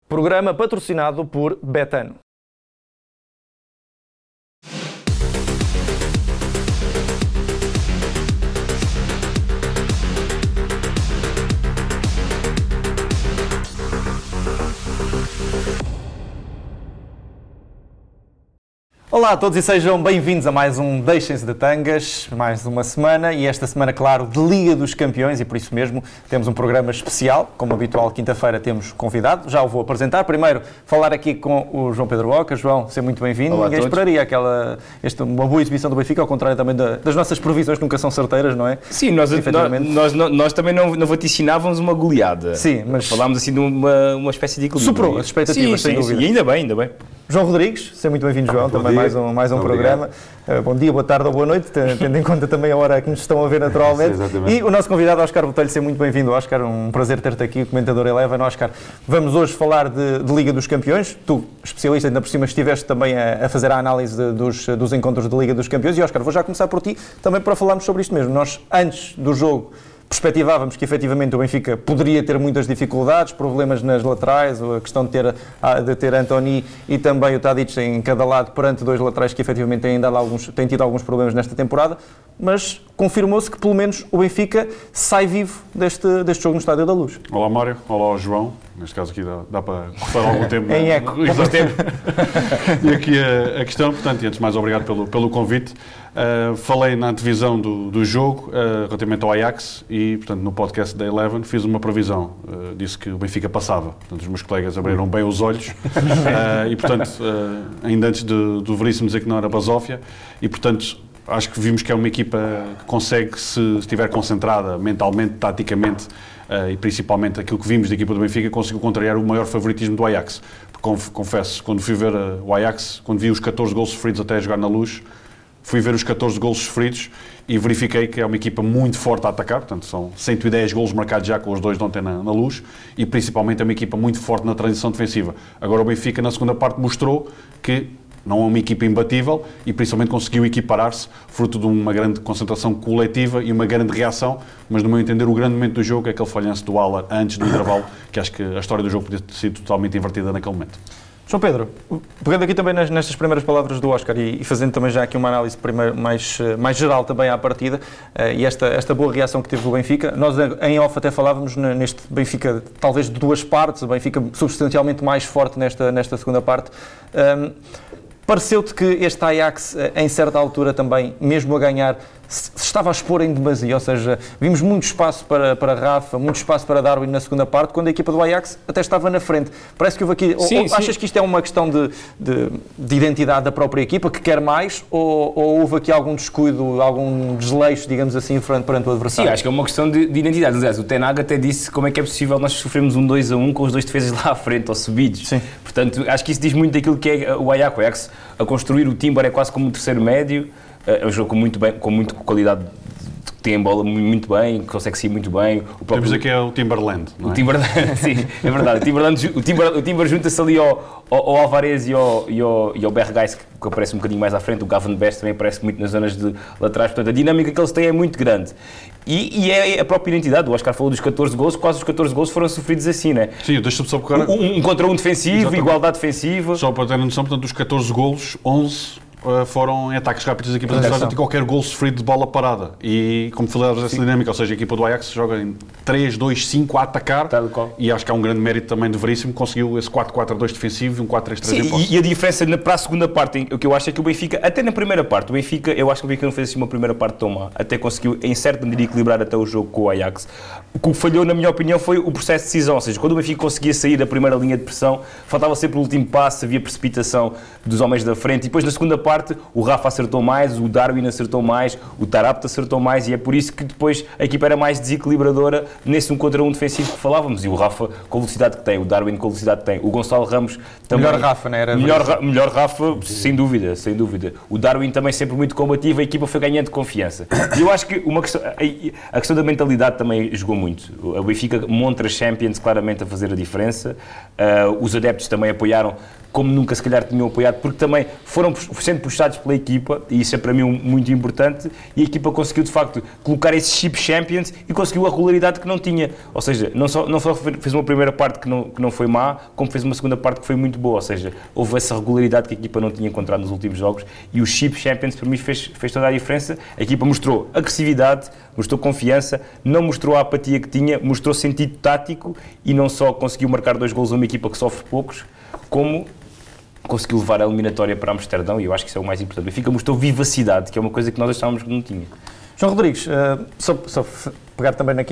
Programa patrocinado por Betano. Olá a todos e sejam bem-vindos a mais um Deixem-se de Tangas, mais uma semana, e esta semana, claro, de Liga dos Campeões, e por isso mesmo temos um programa especial. Como habitual, quinta-feira temos convidado, já o vou apresentar. Primeiro, falar aqui com o João Pedro Boca. João, seja muito bem-vindo. Olá, ninguém esperaria uma boa exibição do Benfica, ao contrário também das nossas previsões, que nunca são certeiras, não é? Sim, nós também não vaticinávamos uma goleada. Sim, mas falámos assim de uma espécie de equilíbrio. Superou as expectativas, sem dúvida. Sim, ainda bem. João Rodrigues, seja muito bem-vindo, João, também mais um programa. Bom dia, boa tarde ou boa noite, tendo em conta também a hora que nos estão a ver naturalmente. Sim, e o nosso convidado, Óscar Botelho, seja muito bem-vindo, Óscar, um prazer ter-te aqui, o comentador Eleven. Óscar, vamos hoje falar de Liga dos Campeões. Tu, especialista, ainda por cima, estiveste também a fazer a análise dos encontros de Liga dos Campeões. E, Óscar, vou já começar por ti, também para falarmos sobre isto mesmo. Nós, antes do jogo, perspectivávamos que efetivamente o Benfica poderia ter muitas dificuldades, problemas nas laterais, a questão de ter Antony e também o Tadic em cada lado perante dois laterais que efetivamente têm tido alguns problemas nesta temporada, mas confirmou-se que pelo menos o Benfica sai vivo deste jogo no Estádio da Luz. Olá Mário, olá João, neste caso aqui dá para cortar algum tempo. Em eco. E aqui a questão, portanto, e antes de mais obrigado pelo convite. Falei na antevisão do jogo relativamente ao Ajax e, portanto, no podcast da Eleven fiz uma previsão. Disse que o Benfica passava. Portanto, os meus colegas abriram bem os olhos e, portanto, ainda antes do Veríssimo dizer que não era basófia e, portanto, acho que vimos que é uma equipa que consegue, se estiver concentrada mentalmente, taticamente e principalmente aquilo que vimos da equipa do Benfica, conseguiu contrariar o maior favoritismo do Ajax. Confesso, quando fui ver o Ajax, quando vi os 14 golos sofridos até a jogar na Luz, fui ver os 14 golos sofridos e verifiquei que é uma equipa muito forte a atacar, portanto são 110 golos marcados já com os dois de ontem na Luz e principalmente é uma equipa muito forte na transição defensiva. Agora o Benfica na segunda parte mostrou que não é uma equipa imbatível e principalmente conseguiu equiparar-se fruto de uma grande concentração coletiva e uma grande reação, mas no meu entender o grande momento do jogo é aquele falhanço do Haller antes do intervalo, que acho que a história do jogo podia ter sido totalmente invertida naquele momento. João Pedro, pegando aqui também nestas primeiras palavras do Óscar e fazendo também já aqui uma análise mais geral também à partida e esta boa reação que teve o Benfica, nós em off até falávamos neste Benfica talvez de duas partes, o Benfica substancialmente mais forte nesta segunda parte. Pareceu-te que este Ajax, em certa altura também, mesmo a ganhar, se estava a expor em demasia, ou seja, vimos muito espaço para Rafa, muito espaço para Darwin na segunda parte, quando a equipa do Ajax até estava na frente. Parece que houve aqui... Sim. Achas que isto é uma questão de identidade da própria equipa, que quer mais, ou houve aqui algum descuido, algum desleixo, digamos assim, perante o adversário? Sim, acho que é uma questão de identidade. Aliás, o Ten Hag até disse como é que é possível nós sofrermos um 2-1 com os dois defesas lá à frente, ou subidos. Sim. Portanto, acho que isso diz muito daquilo que é o Ajax. O Ajax a construir o Timber é quase como um terceiro médio. É um jogo com muita qualidade, tem a bola muito bem, consegue sair muito bem. Podemos dizer que é o Timberland, não é? O Timberland, sim, é verdade. O Timber junta-se ali ao Alvarez e ao Berghuis, que aparece um bocadinho mais à frente. O Gavin Best também aparece muito nas zonas de laterais. Portanto, a dinâmica que eles têm é muito grande. E é a própria identidade. O Oscar falou dos 14 golos, quase os 14 golos foram sofridos assim, não é? Sim, deixa-me só pegar... Um contra um defensivo, exatamente. Igualdade defensiva. Só para ter noção, portanto, dos 14 golos, 11... foram em ataques rápidos das equipas adversárias e qualquer gol sofrido de bola parada. E como falamos dessa dinâmica, ou seja, a equipa do Ajax joga em 3-2-5 a atacar e acho que há um grande mérito também do Veríssimo, conseguiu esse 4-4-2 defensivo e um 4-3-3 em posse. E a diferença para a segunda parte, o que eu acho é que o Benfica, até na primeira parte, eu acho que o Benfica não fez assim uma primeira parte tão má, até conseguiu em certa medida equilibrar até o jogo com o Ajax. O que falhou, na minha opinião, foi o processo de decisão, ou seja, quando o Benfica conseguia sair da primeira linha de pressão, faltava sempre o último passo, havia precipitação dos homens da frente e depois na segunda parte o Rafa acertou mais, o Darwin acertou mais, o Tarapte acertou mais e é por isso que depois a equipa era mais desequilibradora nesse 1 contra 1 defensivo que falávamos. E o Rafa com a velocidade que tem, o Darwin com a velocidade que tem, o Gonçalo Ramos também, melhor Rafa, não era? Melhor Rafa, sem dúvida, sem dúvida. O Darwin também sempre muito combativo, a equipa foi ganhando confiança. E eu acho que a questão da mentalidade também jogou muito. O Benfica monta as Champions claramente a fazer a diferença. Os adeptos também apoiaram como nunca se calhar tinham apoiado, porque também foram sendo puxados pela equipa, e isso é para mim muito importante, e a equipa conseguiu de facto colocar esses chip Champions e conseguiu a regularidade que não tinha. Ou seja, não só fez uma primeira parte que não foi má, como fez uma segunda parte que foi muito boa. Ou seja, houve essa regularidade que a equipa não tinha encontrado nos últimos jogos, e o chip Champions para mim fez toda a diferença. A equipa mostrou agressividade, mostrou confiança, não mostrou a apatia que tinha, mostrou sentido tático, e não só conseguiu marcar 2 golos a uma equipa que sofre poucos, como conseguiu levar a eliminatória para Amsterdão, e eu acho que isso é o mais importante. O Benfica mostrou vivacidade, que é uma coisa que nós achávamos que não tinha. João Rodrigues, só pegar também aqui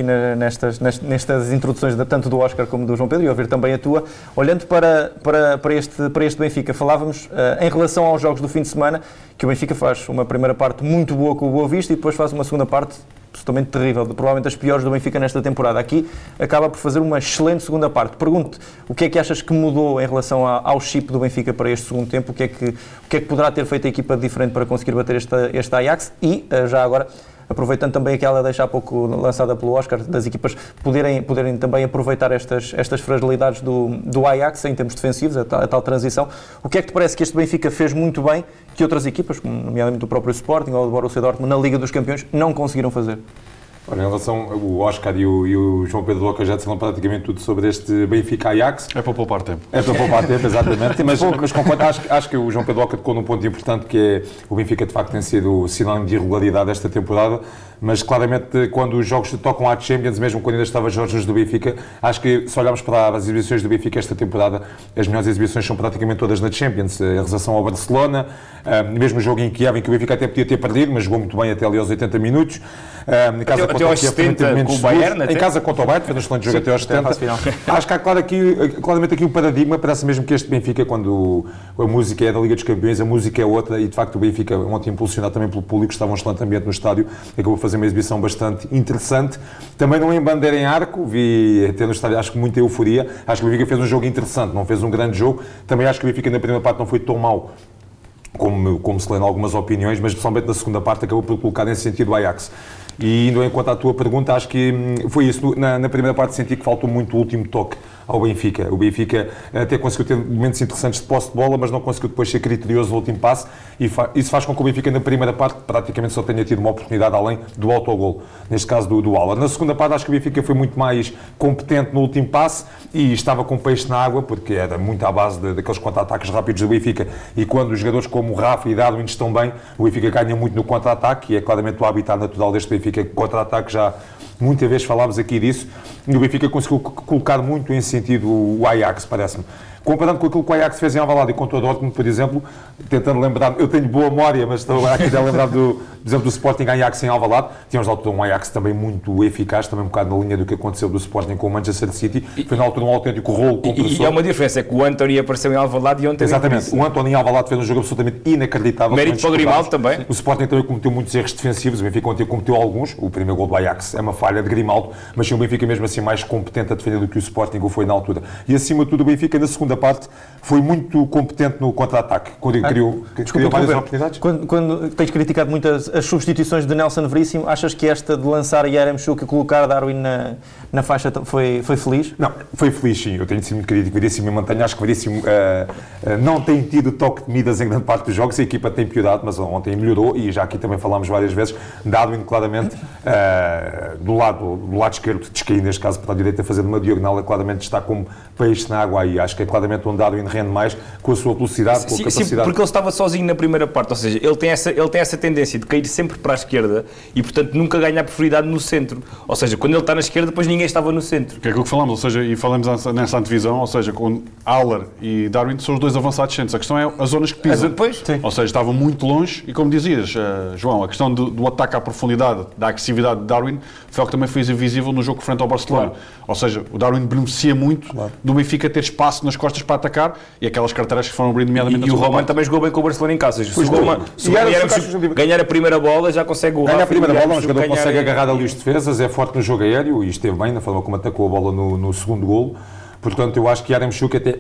nestas introduções tanto do Óscar como do João Pedro, e ouvir também a tua, olhando para este Benfica, falávamos em relação aos jogos do fim de semana, que o Benfica faz uma primeira parte muito boa com o Boa Vista e depois faz uma segunda parte absolutamente terrível, provavelmente das piores do Benfica nesta temporada. Aqui acaba por fazer uma excelente segunda parte. Pergunto, o que é que achas que mudou em relação ao chip do Benfica para este segundo tempo? O que é que poderá ter feito a equipa de diferente para conseguir bater este Ajax? E, já agora, aproveitando também aquela deixa há pouco lançada pelo Óscar, das equipas poderem também aproveitar estas fragilidades do Ajax em termos defensivos, a tal transição. O que é que te parece que este Benfica fez muito bem que outras equipas, nomeadamente o próprio Sporting ou o Borussia Dortmund, na Liga dos Campeões, não conseguiram fazer? Olha, em relação ao Óscar e o João Pedro Loca já disseram praticamente tudo sobre este Benfica-Ajax. É para poupar tempo. É para poupar tempo, exatamente. mas concordo, acho que o João Pedro Loca tocou num ponto importante, que é o Benfica de facto tem sido sinónimo de irregularidade esta temporada, mas claramente quando os jogos tocam à Champions, mesmo quando ainda estava Jorge Jesus do Benfica, acho que se olharmos para as exibições do Benfica esta temporada, as melhores exibições são praticamente todas na Champions. Em relação ao Barcelona, mesmo o jogo em Kiev, em que o Benfica até podia ter perdido, mas jogou muito bem até ali aos 80 minutos. Até aos 70 com o Bayern, em casa contra o Bayern, fez um excelente jogo até aos 70. Acho que há claramente aqui um paradigma, parece mesmo que este Benfica, quando a música é da Liga dos Campeões, a música é outra, e de facto o Benfica, ontem impulsionado também pelo público, estava um excelente ambiente no estádio, acabou a fazer uma exibição bastante interessante. Também não em bandeira em arco, vi até no estádio, acho que muita euforia. Acho que o Benfica fez um jogo interessante, não fez um grande jogo. Também acho que o Benfica na primeira parte não foi tão mau como se lê em algumas opiniões, mas especialmente na segunda parte acabou por colocar nesse sentido o Ajax. E indo enquanto à tua pergunta, acho que foi isso. Na primeira parte senti que faltou muito o último toque ao Benfica. O Benfica até conseguiu ter momentos interessantes de posse de bola, mas não conseguiu depois ser criterioso no último passe, e isso faz com que o Benfica na primeira parte praticamente só tenha tido uma oportunidade além do autogol, neste caso do Haller. Na segunda parte acho que o Benfica foi muito mais competente no último passe e estava com peixe na água, porque era muito à base daqueles contra-ataques rápidos do Benfica, e quando os jogadores como o Rafa e Darwin estão bem, o Benfica ganha muito no contra-ataque, e é claramente o habitat natural deste Benfica, contra-ataque. Já muitas vezes falámos aqui disso, e o Benfica conseguiu colocar muito em sentido o Ajax, parece-me. Comparando com aquilo que o Ajax fez em Alvalade e contra o Dortmund, por exemplo, tentando lembrar, eu tenho boa memória, mas estou agora aqui a lembrar por exemplo, do Sporting Ajax em Alvalade. Tínhamos na altura um Ajax também muito eficaz, também um bocado na linha do que aconteceu do Sporting com o Manchester City. Foi na altura um autêntico rolo compressor. E há uma diferença, é que o Anthony apareceu em Alvalade e ontem... Exatamente, o Anthony em Alvalade fez um jogo absolutamente inacreditável. Mérito para o Grimaldo também. O Sporting também cometeu muitos erros defensivos, o Benfica ontem cometeu alguns. O primeiro gol do Ajax é uma falha de Grimaldo, mas sim, o Benfica mesmo assim mais competente a defender do que o Sporting o foi na altura. E acima de tudo o Benfica na segunda parte foi muito competente no contra-ataque, quando criou várias oportunidades. Quando tens criticado muito as substituições de Nelson Veríssimo, achas que esta de lançar Yaremchuk e colocar Darwin na faixa foi feliz? Não, foi feliz sim, eu tenho sido muito crítico. Veríssimo, eu mantenho, acho que Veríssimo não tem tido toque de Midas em grande parte dos jogos, a equipa tem piedade, mas ontem melhorou, e já aqui também falámos várias vezes, Darwin claramente do lado esquerdo, descaí neste caso para a direita, fazendo uma diagonal, claramente está como peixe na água aí. Acho que é claramente onde Darwin rende mais, com a sua velocidade, com a capacidade. Sim, porque ele estava sozinho na primeira parte, ou seja, ele tem essa tendência de cair sempre para a esquerda e, portanto, nunca ganha a profundidade no centro. Ou seja, quando ele está na esquerda, depois ninguém estava no centro. Que é aquilo que falamos, ou seja, e falamos nessa antevisão, ou seja, com Haller e Darwin são os dois avançados centros. A questão é as zonas que pisam. Ou seja, estavam muito longe e, como dizias, João, a questão do ataque à profundidade, da agressividade de Darwin, foi o que também fez invisível no jogo frente ao Barcelona. Claro. Ou seja, o Darwin beneficia muito do Benfica ter espaço nas costas para atacar, e aquelas carteiras que foram abrindo nomeadamente na E o Roman também jogou bem com o Barcelona em casa. Se ganhar a primeira bola, já consegue o Rafa. Ganha a primeira bola, um jogador consegue agarrar ali os defesas, é forte no jogo aéreo e esteve bem na forma como atacou a bola no segundo golo. Portanto, eu acho que Yaremchuk até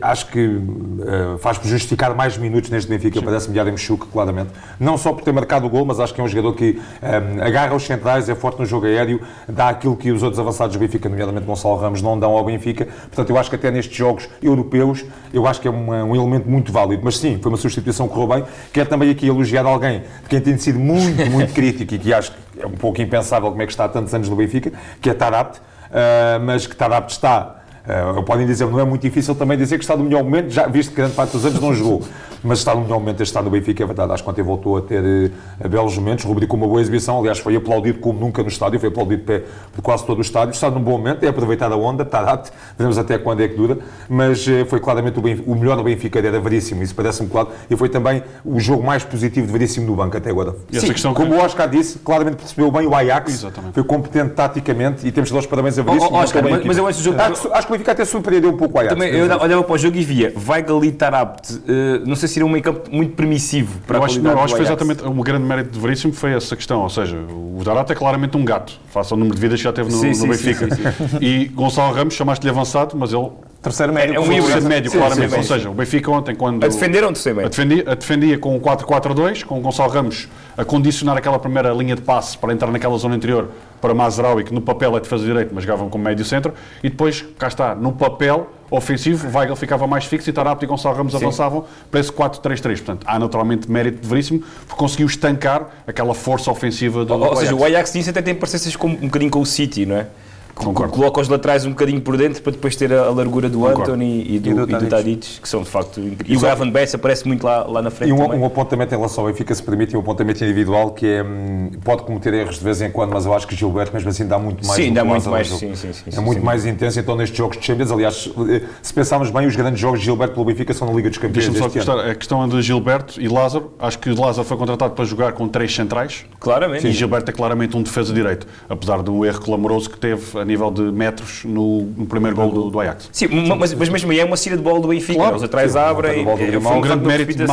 faz por justificar mais minutos neste Benfica, parece-me Yaremchuk, claramente. Não só por ter marcado o gol, mas acho que é um jogador que agarra os centrais, é forte no jogo aéreo, dá aquilo que os outros avançados do Benfica, nomeadamente Gonçalo Ramos, não dão ao Benfica. Portanto, eu acho que até nestes jogos europeus, eu acho que é um elemento muito válido. Mas sim, foi uma substituição que correu bem. Quero também aqui elogiar alguém de quem tem sido muito, muito crítico e que acho que é um pouco impensável como é que está há tantos anos no Benfica, que é Taarabt, mas que Taarabt está... podem dizer, não é muito difícil também dizer que está no melhor momento, já visto que grande parte dos anos não jogou, mas está no melhor momento, está no Benfica, é verdade. Acho que ontem voltou a ter belos momentos, rubricou uma boa exibição, aliás foi aplaudido como nunca no estádio, foi aplaudido por quase todo o estádio, está num bom momento, é aproveitar a onda, Taarabt, veremos até quando é que dura, mas foi claramente o melhor do Benfica, era Veríssimo, isso parece-me claro, e foi também o jogo mais positivo de Veríssimo no banco até agora. Sim, como o Oscar disse, claramente percebeu bem o Ajax, exatamente, foi competente taticamente, e temos de dar os parabéns a Veríssimo. Oscar, mas eu acho que o jogo... Acho que o Benfica até surpreendeu um pouco o Ajax. Também, eu olhava para o jogo e via Weigl e Taarabt, não sei se era um meio campo muito permissivo para a qualidade do Ajax. Eu acho que foi exatamente o grande mérito de Veríssimo foi essa questão, ou seja, o Taarabt é claramente um gato, face ao número de vidas que já teve no Benfica. Sim. E Gonçalo Ramos, chamaste-lhe avançado, mas ele... Terceiro médio. É um terceiro médio, claramente. Ou seja, o Benfica ontem, quando... A defender ou um terceiro médio? A defendia com o 4-4-2, com o Gonçalo Ramos a condicionar aquela primeira linha de passe para entrar naquela zona interior para Mazraoui, que no papel é defesa direito, mas jogavam como médio centro, e depois, cá está, no papel ofensivo, Weigl ficava mais fixo e Taarabt e Gonçalo Ramos avançavam para esse 4-3-3. Portanto, há naturalmente mérito de Veríssimo, porque conseguiu estancar aquela força ofensiva do Ajax. Ou seja, o Ajax nisso até tem parecenças um bocadinho com o City, não é? Concordo. Coloca os laterais um bocadinho por dentro para depois ter a largura do Antony e do Tadic, que são de facto incríveis. E o Gravenberch Bess aparece muito lá na frente. E um apontamento em relação ao Benfica, se permite, um apontamento individual que é, pode cometer erros de vez em quando, mas eu acho que Gilberto mesmo assim dá muito mais. Sim, dá muito mais. É muito mais intenso. Então nestes jogos de Champions, aliás, se pensarmos bem, os grandes jogos de Gilberto pelo Benfica são na Liga dos Campeões. Deixa-me só constar, a questão de Gilberto e Lázaro, acho que Lázaro foi contratado para jogar com 3 centrais. Claramente. E Gilberto é claramente um defesa direito, apesar do erro clamoroso que teve a nível de metros no primeiro gol do Ajax. Sim, mas mesmo aí é uma saída de bola do Benfica, claro, os atrás abrem, foi um grande mérito de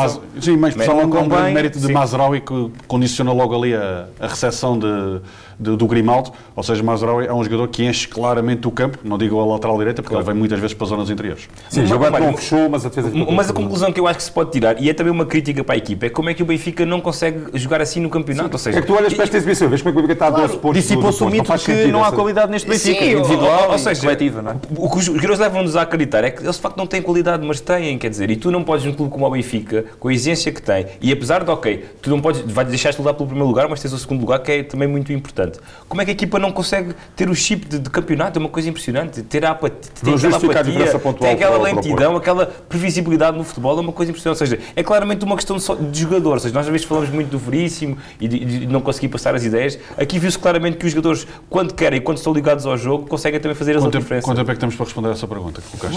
Mazraoui que condiciona logo ali a recepção do Grimaldo, ou seja, Mazraoui é um jogador que enche claramente o campo, não digo a lateral direita, porque ele vem muitas vezes para as zonas interiores. Sim, Gilberto não fechou, mas a defesa... Mas a conclusão que eu acho que se pode tirar, e é também uma crítica para a equipa, é como é que o Benfica não consegue jogar assim no campeogador. Ou seja, é que tu olhas para esta exibição, vês como é que o Benfica está a 12 pontos. Dissipou-se o mito que não há qualidade neste Benfica, individual ou seja, coletiva, não é? O que os jogadores levam-nos a acreditar é que eles de facto não têm qualidade, mas têm, quer dizer, e tu não podes, num clube como o Benfica, com a exigência que tem, e apesar de, tu não podes, vais deixar-te lutar pelo primeiro lugar, mas tens o segundo lugar, que é também muito importante. Como é que a equipa não consegue ter o chip de campeonato? É uma coisa impressionante. Ter aquela apatia, ter aquela lentidão, aquela previsibilidade no futebol, é uma coisa impressionante. Ou seja, é claramente uma questão de jogador. Ou seja, nós às vezes falamos muito do Veríssimo e de não conseguir passar as ideias. Aqui viu-se claramente que os jogadores, quando querem e quando estão ligados ao jogo, conseguem também fazer as diferenças. Quanto tempo é que temos para responder a essa pergunta que colocaste?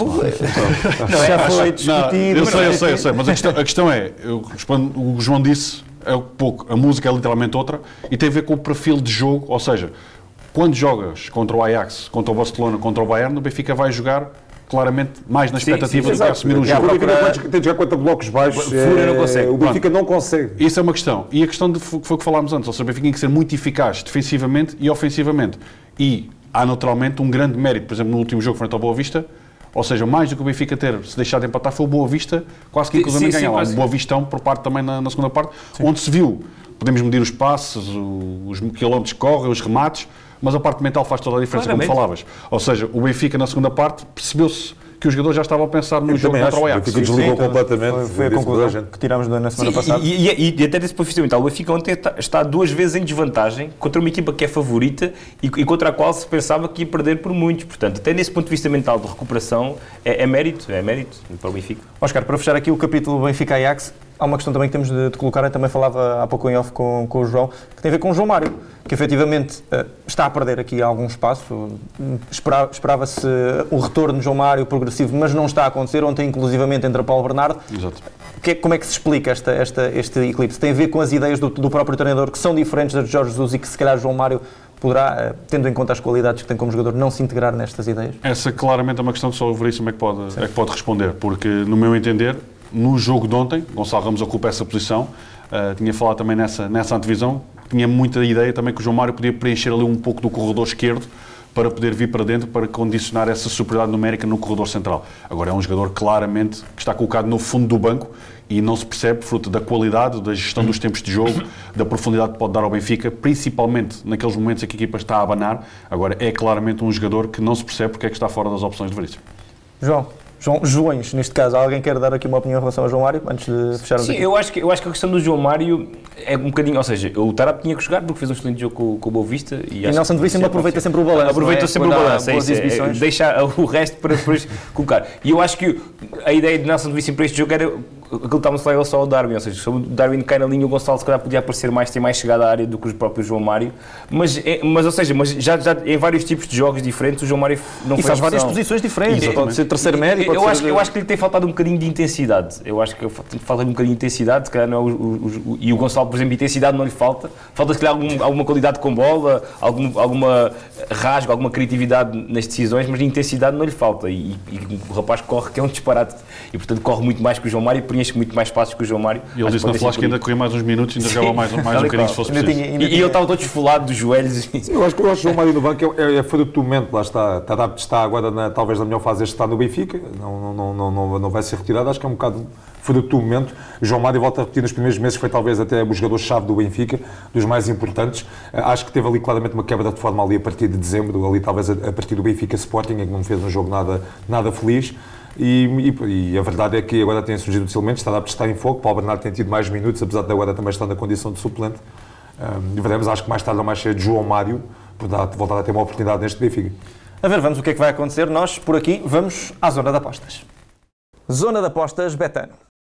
Já foi discutido. Eu sei, mas a questão é, o João disse, a música é literalmente outra e tem a ver com o perfil de jogo, ou seja, quando jogas contra o Ajax, contra o Barcelona, contra o Bayern, o Benfica vai jogar claramente mais na expectativa de assumir um jogo. O Benfica tem de jogar contra blocos baixos, não consegue. O Benfica não consegue. Isso é uma questão. E a questão foi o que falámos antes, ou seja, o Benfica tem que ser muito eficaz defensivamente e ofensivamente. E há naturalmente um grande mérito, por exemplo, no último jogo frente ao Boa Vista, ou seja, mais do que o Benfica ter se deixado de empatar foi o Boa Vista, quase que inclusive ganhar lá. Um Boa Vistão por parte também na segunda parte, onde se viu, podemos medir os passes, os quilómetros que correm, os remates, mas a parte mental faz toda a diferença, como falavas. Ou seja, o Benfica na segunda parte percebeu-se que os jogadores já estavam a pensar no jogo contra o Ajax. O Benfica desligou completamente. Foi a conclusão que tirámos na semana passada. E até desse ponto de vista mental, o Benfica ontem está 2 vezes em desvantagem contra uma equipa que é favorita e contra a qual se pensava que ia perder por muitos. Portanto, até nesse ponto de vista mental de recuperação, é mérito para o Benfica. Oscar, para fechar aqui o capítulo Benfica-Ajax, há uma questão também que temos de colocar, eu também falava há pouco em off com o João, que tem a ver com o João Mário, que efetivamente está a perder aqui algum espaço. Esperava-se o retorno de João Mário progressivo, mas não está a acontecer. Ontem, inclusivamente, entra Paulo Bernardo. Exato. Como é que se explica este eclipse? Tem a ver com as ideias do próprio treinador, que são diferentes das de Jorge Jesus e que, se calhar, João Mário poderá, tendo em conta as qualidades que tem como jogador, não se integrar nestas ideias? Essa claramente é uma questão que só o Veríssimo é que pode responder, porque, no meu entender, no jogo de ontem, Gonçalo Ramos ocupa essa posição, tinha falado também nessa antevisão, tinha muita ideia também que o João Mário podia preencher ali um pouco do corredor esquerdo para poder vir para dentro, para condicionar essa superioridade numérica no corredor central. Agora é um jogador claramente que está colocado no fundo do banco e não se percebe, fruto da qualidade, da gestão dos tempos de jogo, da profundidade que pode dar ao Benfica, principalmente naqueles momentos em que a equipa está a abanar. Agora é claramente um jogador que não se percebe porque é que está fora das opções de Veríssimo. Joões, neste caso, alguém quer dar aqui uma opinião em relação ao João Mário, antes de fecharmos Sim, aqui? eu acho que a questão do João Mário é um bocadinho, ou seja, o Tarap tinha que jogar porque fez um excelente jogo com o Boa Vista. E Nelson de Veríssimo aproveita sempre o balanço. Aproveita sempre o balanço, deixa o resto para depois colocar. E eu acho que a ideia de Nelson de Veríssimo para este jogo era aquilo que estávamos a falar só ao Darwin, ou seja, sobre o Darwin cai na linha, o Gonçalo se calhar podia aparecer mais, ter mais chegada à área do que o próprio João Mário, mas já em vários tipos de jogos diferentes o João Mário não foi faz várias posições diferentes, pode ser terceiro médio, eu acho que lhe tem faltado um bocadinho de intensidade, eu acho que falta um bocadinho de intensidade, se calhar não é e o Gonçalo, por exemplo, intensidade não lhe falta se calhar alguma qualidade com bola, alguma rasgo, alguma criatividade nas decisões, mas de intensidade não lhe falta, e o rapaz corre que é um disparate, e portanto corre muito mais que o João Mário, preenche muito mais passos que o João Mário. E ele disse na flash que ainda corria mais uns minutos, ainda jogava mais um bocadinho se fosse preciso. E ele estava todo esfolado dos joelhos. Eu acho que o João Mário no banco é fruto do momento, lá está agora talvez na melhor fase este está no Benfica, não vai ser retirado, acho que é um bocado fruto do momento. O João Mário, volta a repetir, nos primeiros meses foi talvez até o jogador-chave do Benfica, dos mais importantes. Acho que teve ali claramente uma quebra de forma ali a partir de dezembro, ali talvez a partir do Benfica Sporting, em que não fez um jogo nada feliz. E a verdade é que agora têm surgido os elementos, está em fogo. Paulo Bernardo tem tido mais minutos, apesar de agora também estar na condição de suplente. E veremos, acho que mais tarde ou mais cedo, João Mário voltar a ter uma oportunidade neste Benfica. A ver, vamos o que é que vai acontecer. Nós, por aqui, vamos à zona de apostas. Zona de apostas Betano.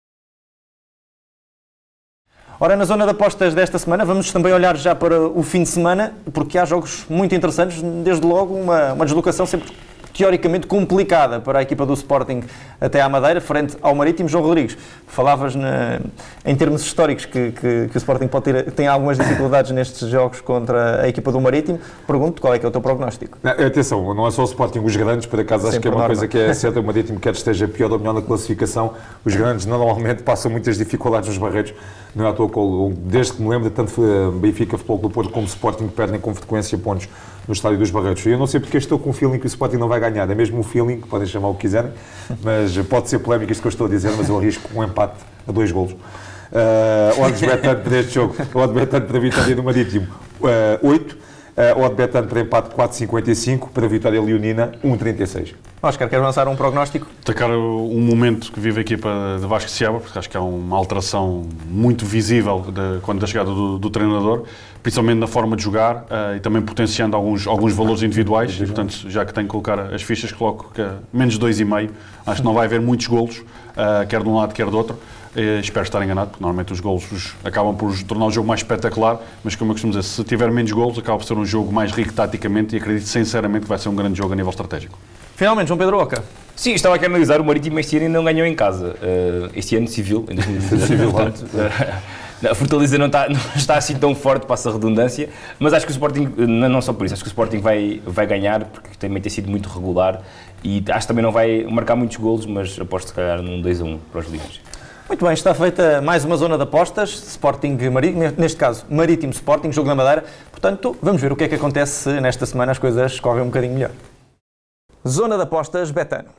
Ora, na zona de apostas desta semana, vamos também olhar já para o fim de semana, porque há jogos muito interessantes, desde logo uma deslocação sempre teoricamente complicada para a equipa do Sporting até à Madeira, frente ao Marítimo. João Rodrigues, falavas em termos históricos que o Sporting tem algumas dificuldades nestes jogos contra a equipa do Marítimo. Pergunto, qual é que é o teu prognóstico? Atenção, não é só o Sporting, os grandes, por acaso acho que é uma coisa que é certa, o Marítimo quer esteja pior ou melhor na classificação, os grandes normalmente passam muitas dificuldades nos barreiros, não é à toa, desde que me lembro, tanto Benfica, Futebol Clube do Porto como Sporting perdem com frequência pontos no estádio dos Barreiros. E eu não sei porque estou com um feeling que o Sporting não vai ganhar, é mesmo um feeling, podem chamar o que quiserem, mas pode ser polémico isto que eu estou a dizer, mas eu arrisco um empate a 2 golos. Odds Betano para este jogo, odds Betano para a vitória do Marítimo 8, odds Betano para empate 4,55, para a vitória leonina 1,36. Oscar, queres lançar um prognóstico? Destacar um momento que vive a equipa de Vasco Seabra, porque acho que há uma alteração muito visível quando da chegada do treinador, principalmente na forma de jogar e também potenciando alguns valores individuais, e portanto, já que tenho que colocar as fichas, coloco que menos 2,5. Acho que não vai haver muitos golos, quer de um lado, quer do outro. Espero estar enganado, porque normalmente os golos acabam por tornar o jogo mais espetacular, mas como eu costumo dizer, se tiver menos golos, acaba por ser um jogo mais rico taticamente e acredito sinceramente que vai ser um grande jogo a nível estratégico. Finalmente, João Pedro Oca. Sim, estava aqui a analisar, o Marítimo este ano não ganhou em casa. Este ano civil, em 2019, portanto, a Fortaleza não está assim tão forte, passa a redundância, mas acho que o Sporting, não só por isso, acho que o Sporting vai ganhar, porque também tem sido muito regular e acho que também não vai marcar muitos golos, mas aposto se calhar num 2-1 para os líderes. Muito bem, está feita mais uma zona de apostas, Sporting Marítimo, neste caso Marítimo Sporting, jogo na Madeira, portanto vamos ver o que é que acontece se nesta semana as coisas correm um bocadinho melhor. Zona de apostas Betano.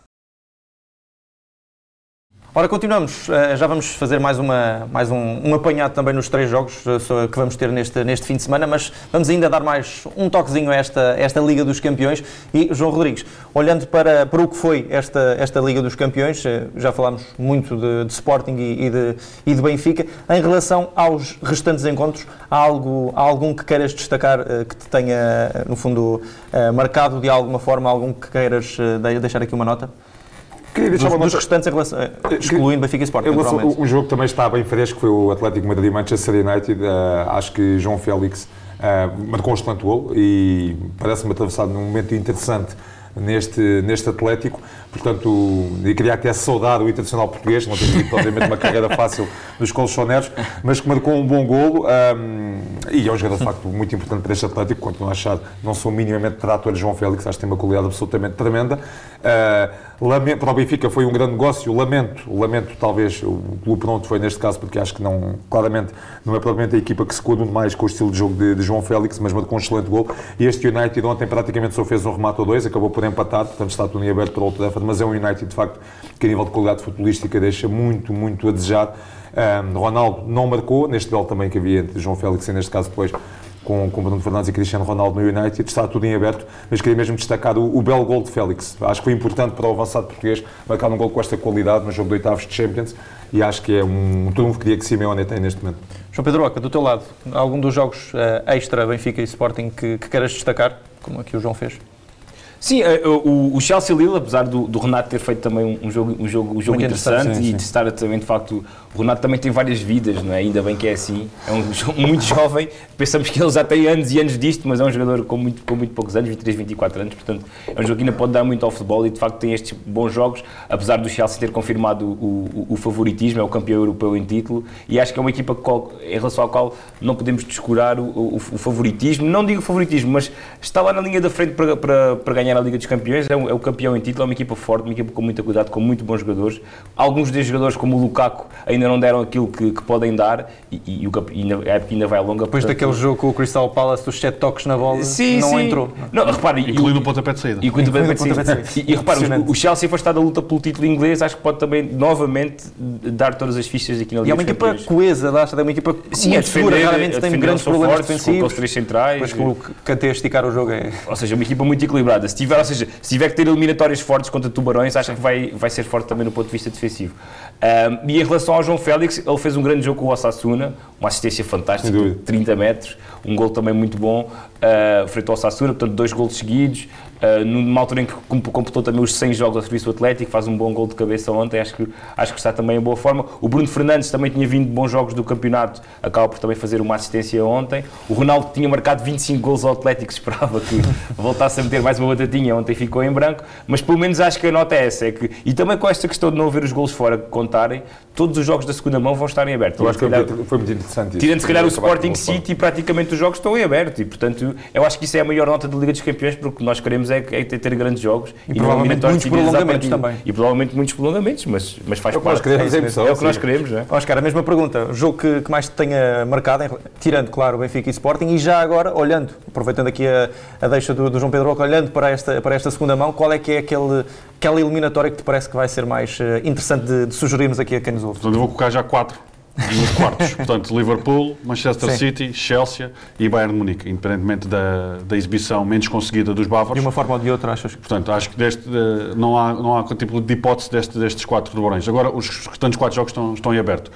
Ora, continuamos, já vamos fazer mais um apanhado também nos 3 jogos que vamos ter neste fim de semana, mas vamos ainda dar mais um toquezinho a esta Liga dos Campeões. E, João Rodrigues, olhando para o que foi esta Liga dos Campeões, já falámos muito de Sporting e de Benfica, em relação aos restantes encontros, há algum que queiras destacar, que te tenha, no fundo, marcado de alguma forma, algum que queiras deixar aqui uma nota? Dos restantes, excluindo Benfica e Sporting, um jogo que também está bem fresco foi o Atlético Madrid e Manchester United. Acho que João Félix marcou um excelente golo e parece-me atravessado num momento interessante neste Atlético. portanto, eu queria até saudar o internacional português, não tem tido, obviamente, uma carreira fácil dos colchoneros, mas que marcou um bom golo, e é um jogador, de facto, muito importante para este Atlético, continuo a achar, não sou minimamente trator de João Félix, acho que tem uma qualidade absolutamente tremenda. Para o Benfica foi um grande negócio, lamento talvez, o clube pronto foi neste caso, porque acho que não, claramente, não é provavelmente a equipa que se coaduna mais com o estilo de jogo de João Félix, mas marcou um excelente gol. E este United ontem praticamente só fez um remate ou dois, acabou por empatar, portanto está tudo em aberto para o Old Trafford, mas é um United de facto que a nível de qualidade futebolística deixa muito a desejar. Ronaldo não marcou, neste duelo também que havia entre João Félix e neste caso depois com Bruno Fernandes e Cristiano Ronaldo no United, está tudo em aberto, mas queria mesmo destacar o belo gol de Félix. Acho que foi importante para o avançado português marcar um gol com esta qualidade no jogo de oitavos de Champions, e acho que é um trunfo que Simeone tem neste momento. João Pedro Oca, do teu lado, algum dos jogos extra Benfica e Sporting que queiras destacar, como aqui o João fez? Sim, o Chelsea-Lille, apesar do Renato ter feito também um jogo interessante sim, e de estar também, de facto, o Renato também tem várias vidas, não é? Ainda bem que é assim, é um jogo muito jovem, pensamos que ele já tem anos e anos disto, mas é um jogador com muito poucos anos, 23, 24 anos, portanto é um jogo que ainda pode dar muito ao futebol e de facto tem estes bons jogos, apesar do Chelsea ter confirmado o favoritismo, é o campeão europeu em título, e acho que é uma equipa em relação à qual não podemos descurar o favoritismo, não digo favoritismo, mas está lá na linha da frente para ganhar a Liga dos Campeões, é o campeão em título, é uma equipa forte, uma equipa com muita qualidade, com muito bons jogadores. Alguns destes jogadores, como o Lukaku, ainda não deram aquilo que podem dar e a época ainda vai longa. Depois daquele jogo com o Crystal Palace, dos 7 toques na bola, não entrou. Não, repare, incluindo o pontapé de saída. E repare, o Chelsea foi estar a luta pelo título inglês, acho que pode também, novamente, dar todas as fichas aqui na Liga dos Campeões. E é uma equipa coesa, é uma equipa muito segura, raramente tem grandes problemas defensivos. Com os três centrais. Mas com o Kanté a esticar o jogo é... Ou seja, uma equipa muito equilibrada. Se tiver que ter eliminatórias fortes contra Tubarões, acho que vai ser forte também no ponto de vista defensivo. E em relação ao João Félix, ele fez um grande jogo com o Osasuna, uma assistência fantástica, de 30 metros, um gol também muito bom, frente ao Osasuna, portanto 2 golos seguidos, numa altura em que completou também os 100 jogos ao serviço do Atlético, faz um bom gol de cabeça ontem, acho que está também em boa forma. O Bruno Fernandes também tinha vindo de bons jogos do campeonato, acaba por também fazer uma assistência ontem. O Ronaldo, que tinha marcado 25 golos ao Atlético, esperava que voltasse a meter mais uma batatinha, ontem ficou em branco, mas pelo menos acho que a nota é essa, e também com esta questão de não haver os golos fora contarem, todos os jogos da segunda mão vão estar em aberto. Eu acho que foi muito interessante isso. Tirando se calhar o Sporting City, praticamente os jogos estão em aberto, e portanto eu acho que isso é a maior nota da Liga dos Campeões, porque o que nós queremos é ter grandes jogos e provavelmente muitos prolongamentos também. E provavelmente muitos prolongamentos, mas faz parte. É o que nós queremos, não é? Oscar, a mesma pergunta. O jogo que mais te tenha marcado, tirando, claro, o Benfica e Sporting, e já agora, olhando, aproveitando aqui a deixa do João Pedro Oca, olhando para esta segunda mão, qual é que é aquela eliminatória que te parece que vai ser mais interessante de sugerirmos aqui a quem nos ouve? Portanto, eu vou colocar já 4 nos quartos. Portanto, Liverpool, Manchester City, Chelsea e Bayern de Munique, independentemente da exibição menos conseguida dos bávaros. De uma forma ou de outra, achas? Portanto, acho que não há tipo de hipótese destes 4 tubarões. Agora, os restantes 4 jogos estão em aberto.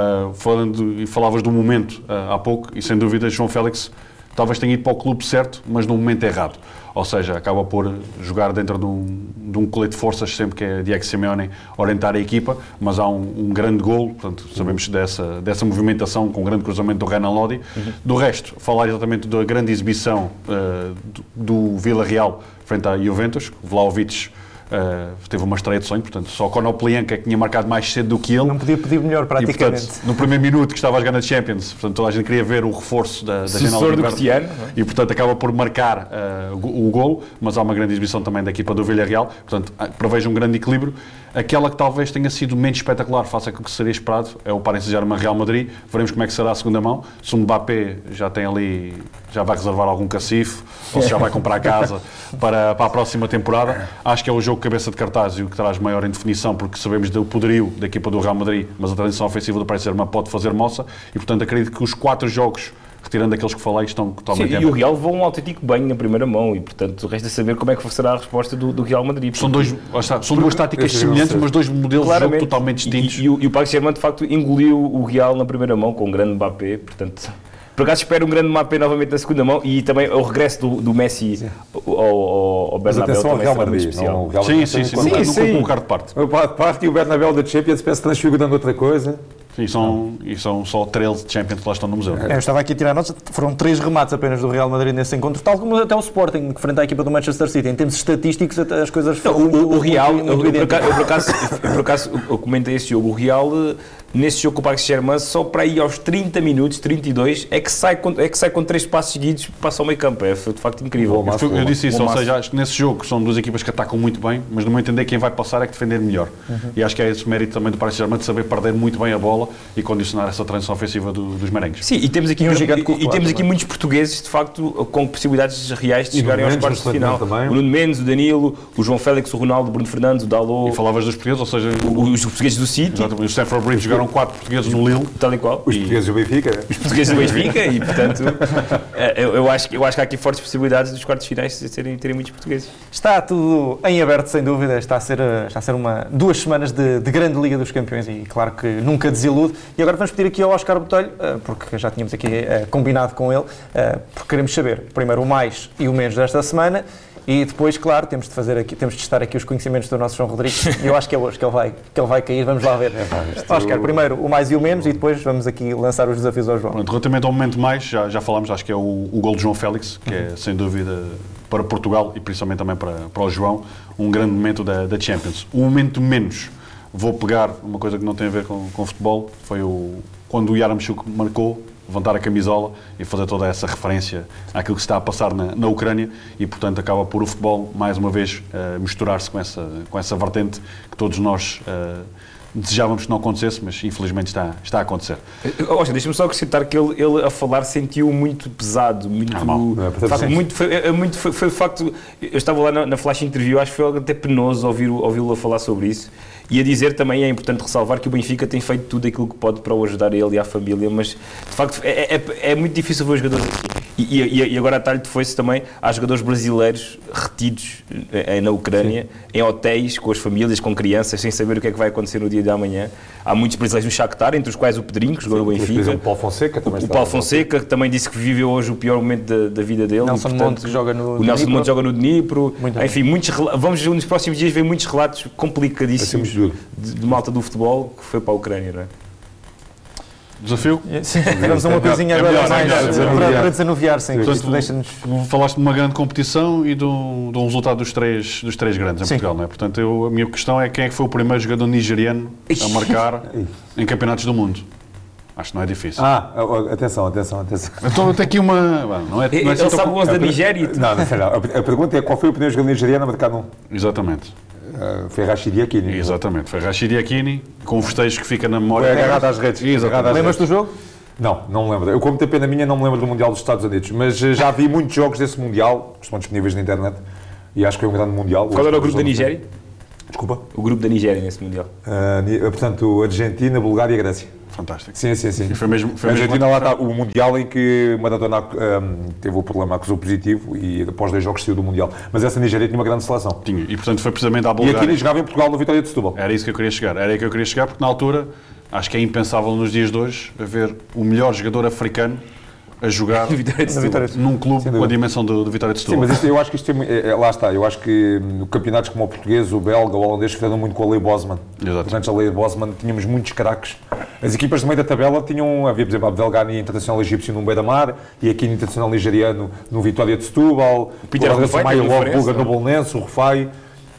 Falavas do momento há pouco, e sem dúvida, João Félix talvez tenha ido para o clube certo, mas no momento errado. Ou seja, acaba por jogar dentro de um colete de forças sempre que é Diego Simeone orientar a equipa, mas há um grande golo, portanto, sabemos dessa movimentação com um grande cruzamento do Renan Lodi. Do resto, falar exatamente da grande exibição do Villarreal frente à Juventus, Vlahovic teve uma estreia de sonho, portanto, só Konoplyanka que tinha marcado mais cedo do que ele. Não podia pedir melhor, praticamente. E, portanto, no primeiro minuto que estava a jogar na Champions, portanto, toda a gente queria ver o reforço da janela do Cristiano. E, portanto, acaba por marcar o golo, mas há uma grande exibição também da equipa do Villarreal, portanto, prevejo um grande equilíbrio. Aquela que talvez tenha sido menos espetacular face àquilo que seria esperado é o Paris Saint-Germain Real Madrid. Veremos como é que será a segunda mão. Se o Mbappé já vai reservar algum cacife, ou se já vai comprar casa para a próxima temporada. Acho que é o jogo cabeça de cartaz e o que traz maior indefinição, porque sabemos do poderio da equipa do Real Madrid, mas a transição ofensiva do Paris Saint-Germain pode fazer moça, e portanto acredito que os 4 jogos, retirando aqueles que falei, estão totalmente... Sim, e o Real levou um autêntico banho na primeira mão, e portanto resta saber como é que será a resposta do Real Madrid. São duas táticas semelhantes, mas dois modelos de jogo totalmente distintos. E o Paris Saint-Germain de facto engoliu o Real na primeira mão com um grande Mbappé, portanto... Por acaso espero um grande Mbappé novamente na segunda mão, e também o regresso do Messi ao Bernabéu também será muito especial. Sim. Nunca colocar de parte. E o Bernabéu da Champions parece transfigurando outra coisa. E são só 13 Champions que lá estão no museu. Eu estava aqui a tirar notas, foram 3 remates apenas do Real Madrid nesse encontro, tal como até o Sporting, que frente à equipa do Manchester City. Em termos estatísticos, as coisas foram o Real, muito por acaso, eu comentei esse jogo, o Real, nesse jogo com o Paris Saint-Germain, só para ir aos 30 minutos, 32, é que sai com 3 passos seguidos, passa ao meio campo. É de facto incrível. Eu disse isso, ou seja, acho que nesse jogo são 2 equipas que atacam muito bem, mas no meu entender quem vai passar é que defender melhor. E acho que é esse mérito também do Paris Saint-Germain de saber perder muito bem a bola e condicionar essa transição ofensiva dos merengues. Sim, e temos aqui, muitos portugueses, de facto, com possibilidades reais de chegarem aos quartos de final. O Nuno Mendes, o Danilo, o João Félix, o Ronaldo, o Bruno Fernandes, o Dalot. E falavas dos portugueses, ou seja... Os portugueses do City. Exatamente, os Stamford Bridge jogaram 4 portugueses no Lille. Tal e qual. Os portugueses do Benfica. Os portugueses do Benfica e, portanto, eu acho que há aqui fortes possibilidades dos quartos finais de terem muitos portugueses. Está tudo em aberto, sem dúvida. Está a ser 2 semanas de grande Liga dos Campeões e, claro, que nunca desilude. E agora vamos pedir aqui ao Óscar Botelho, porque já tínhamos aqui combinado com ele, porque queremos saber, primeiro, o mais e o menos desta semana e depois, claro, temos de testar aqui os conhecimentos do nosso João Rodrigues. Eu acho que é hoje que ele vai cair. Vamos lá ver. Óscar, primeiro o mais e o menos e depois vamos aqui lançar os desafios ao João. Pronto, relativamente ao momento mais, já falámos, acho que é o gol de João Félix, que é, sem dúvida, para Portugal e principalmente também para o João, um grande momento da Champions. O momento menos, vou pegar uma coisa que não tem a ver com futebol, foi quando o Yaremchuk marcou, levantar a camisola e fazer toda essa referência àquilo que se está a passar na Ucrânia e, portanto, acaba por o futebol, mais uma vez, misturar-se com essa vertente que todos nós desejávamos que não acontecesse, mas infelizmente está a acontecer. Oscar, deixa-me só acrescentar que ele a falar sentiu muito pesado, muito... Foi de facto... Eu estava lá na flash interview, acho que foi até penoso ouvi-lo a falar sobre isso. E a dizer também, é importante ressalvar que o Benfica tem feito tudo aquilo que pode para o ajudar a ele e à família, mas de facto é muito difícil ver os jogadores aqui. E agora a talho de foice também, há jogadores brasileiros retidos na Ucrânia, em hotéis, com as famílias, com crianças, sem saber o que é que vai acontecer no dia de amanhã. Há muitos brasileiros no Shakhtar, entre os quais o Pedrinho, que jogou no Benfica. O Paulo Fonseca também O Paulo Fonseca, que também disse que viveu hoje o pior momento da vida dele. Nelson Monte, que joga no Dnipro. O Nelson Monte joga no Dnipro. Enfim, vamos nos próximos dias ver muitos relatos complicadíssimos de malta do futebol que foi para a Ucrânia, não é? Desafio? Sim, vamos a uma coisinha agora para desanuviar, sim. Portanto, falaste de uma grande competição e de um resultado dos três grandes em Portugal, não é? Portanto, a minha questão é quem é que foi o primeiro jogador nigeriano a marcar em campeonatos do mundo? Acho que não é difícil. Atenção. Então tem aqui uma... Ele sabe o 11 da Nigéria? Não, a pergunta é qual foi o primeiro jogador nigeriano a marcar num? Exatamente. Foi Rashidi Yakini. Exatamente, foi Rashidi Yakini, com o festejo que fica na memória. Foi agarrado às redes. Lembras-te do jogo? Não me lembro. Eu, como tem pena minha, não me lembro do Mundial dos Estados Unidos, mas já vi muitos jogos desse Mundial, que estão disponíveis na internet, e acho que foi um grande Mundial. Qual era o grupo da Nigéria? Desculpa? O grupo da Nigéria nesse Mundial. Portanto, Argentina, Bulgária e Grécia. Fantástico. Sim. E foi mesmo a Argentina lá está, o Mundial em que Maradona teve o problema, acusou positivo e após 2 jogos saiu do Mundial. Mas essa Nigéria tinha uma grande seleção. Tinha, e portanto foi precisamente à Bulgária. E aqui jogava em Portugal no Vitória de Setúbal. Era isso que eu queria chegar. Porque na altura, acho que é impensável nos dias de hoje, haver o melhor jogador africano a jogar num clube com a dimensão do Vitória de Setúbal. Sim, mas eu acho que isto lá está. Eu acho que campeonatos como o português, o belga, o holandês fizeram muito com a Lei Bosman. Portanto, a Lei Bosman tínhamos muitos craques. As equipas do meio da tabela havia, por exemplo, Abdelghani Internacional Egípcio no Beira-Mar e aqui Internacional Nigeriano no Vitória de Setúbal, o Peter Rufai, no Bolonense, o Rufai.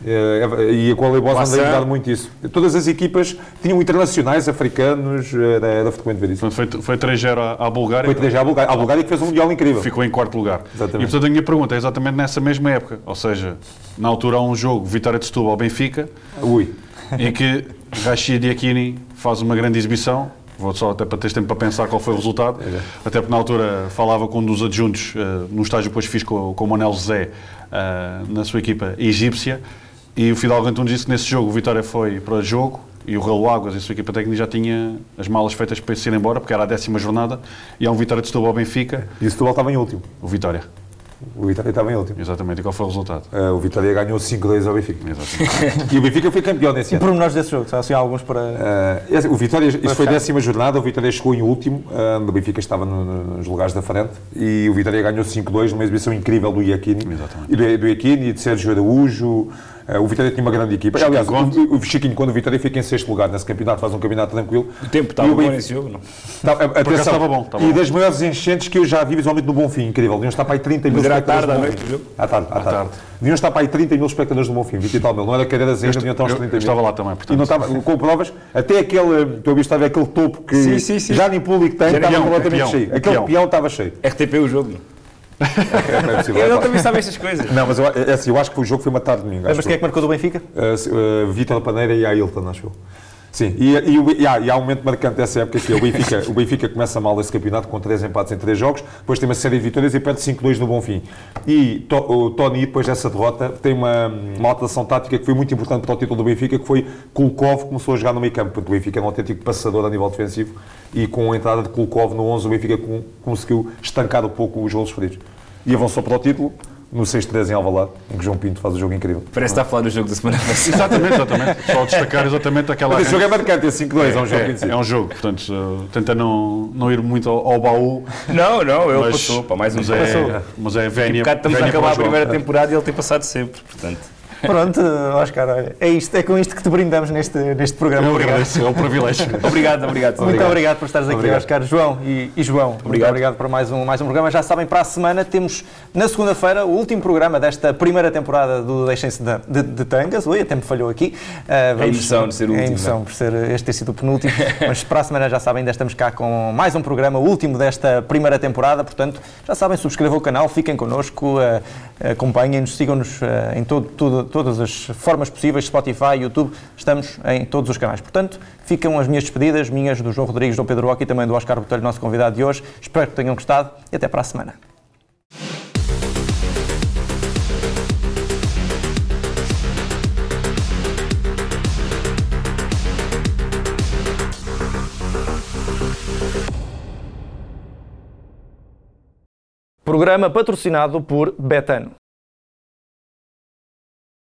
E com a Lei Bosman veio mudar muito isso. Todas as equipas tinham internacionais africanos, era frequente ver isso. Portanto, foi 3-0 à Bulgária. Foi 3-0 à Bulgária. A Bulgária que fez um Mundial incrível. Ficou em 4º lugar. Exatamente. E portanto a minha pergunta é exatamente nessa mesma época. Ou seja, na altura há um jogo, Vitória de Setúbal ao Benfica, em que Rashidi Yakini faz uma grande exibição. Vou só até para teres tempo para pensar qual foi o resultado. Até porque na altura falava com um dos adjuntos, num estágio que depois fiz com o Manel José, na sua equipa egípcia. E o Fidalgo Antunes disse que nesse jogo o Vitória foi para jogo e o Relo Águas e a sua equipa técnica já tinha as malas feitas para se ir embora, porque era a 10ª jornada, e há um Vitória de Setúbal ao Benfica. E o Setúbal estava em último. O Vitória. O Vitória estava em último. Exatamente. E qual foi o resultado? O Vitória ganhou 5-2 ao Benfica. Exatamente. E o Benfica foi campeão nesse ano. E pormenores desse jogo, só assim alguns para... o Vitória, isso foi a 10ª jornada, o Vitória chegou em último, o Benfica estava nos lugares da frente, e o Vitória ganhou 5-2 numa exibição incrível do Iachini. Exatamente. Do Iachini, de Sérgio Araújo, O Vitória tinha uma grande equipa. Aliás, o Chiquinho, quando o Vitória fica em 6º lugar nesse campeonato, faz um campeonato tranquilo. O tempo estava bom nesse jogo, não? Estava bom. E das maiores enchentes que eu já vi visualmente no Bonfim, incrível. Deviam estar para aí 30 mil espectadores. Mas era à tarde, à noite, à tarde. Deviam estar para aí 30 mil espectadores no Bonfim, 20 e tal mil. Não era cadeiras ainda, deviam estar uns 30 mil. Estava lá também, portanto. E não estava, com provas, até aquele, tu ouviste, estava aquele topo que já nem público tem, estava completamente cheio. Aquele peão estava cheio. RTP o jogo, não? Eu não também sabe estas coisas. Não, mas eu acho que o jogo foi uma tarde de domingo. Mas quem é que marcou do Benfica? Vítor Paneira e a Ailton, acho eu. Sim, e há um momento marcante dessa época que o Benfica começa mal esse campeonato com 3 empates em 3 jogos, depois tem uma série de vitórias e perde 5-2 no Bonfim. E o Tony, depois dessa derrota, tem uma alteração tática que foi muito importante para o título do Benfica, que foi Kulkov começou a jogar no meio campo, porque o Benfica é um autêntico passador a nível defensivo e com a entrada de Kulkov no 11 o Benfica conseguiu estancar um pouco os golos sofridos. E avançou para o título no 6-3 em Alvalade, em que João Pinto faz o jogo incrível. Parece que está a falar do jogo da semana passada. Exatamente. Só destacar exatamente aquela... Mas esse jogo é marcante, é 5-2, é um jogo conhecido. É um jogo, portanto, tenta não ir muito ao baú. Não, ele passou, mais um passou. Mas é vénia. Estamos a acabar a primeira temporada e ele tem passado sempre, portanto... Pronto, Oscar, olha, é com isto que te brindamos neste programa. É um privilégio. Obrigado. Muito obrigado por estares aqui, Oscar. João e João, muito obrigado por mais um programa. Já sabem, para a semana temos, na segunda-feira, o último programa desta primeira temporada do Deixem-se de Tangas. Ui, até me falhou aqui. É a emoção de ser o último. É a emoção por ser este ter sido o penúltimo. Mas para a semana, já sabem, ainda estamos cá com mais um programa, o último desta primeira temporada. Portanto, já sabem, subscrevam o canal, fiquem connosco, acompanhem-nos, sigam-nos em todas as formas possíveis, Spotify, YouTube, estamos em todos os canais. Portanto, ficam as minhas despedidas, minhas do João Rodrigues, do Pedro Roque e também do Oscar Botelho, nosso convidado de hoje. Espero que tenham gostado e até para a semana. Programa patrocinado por Betano.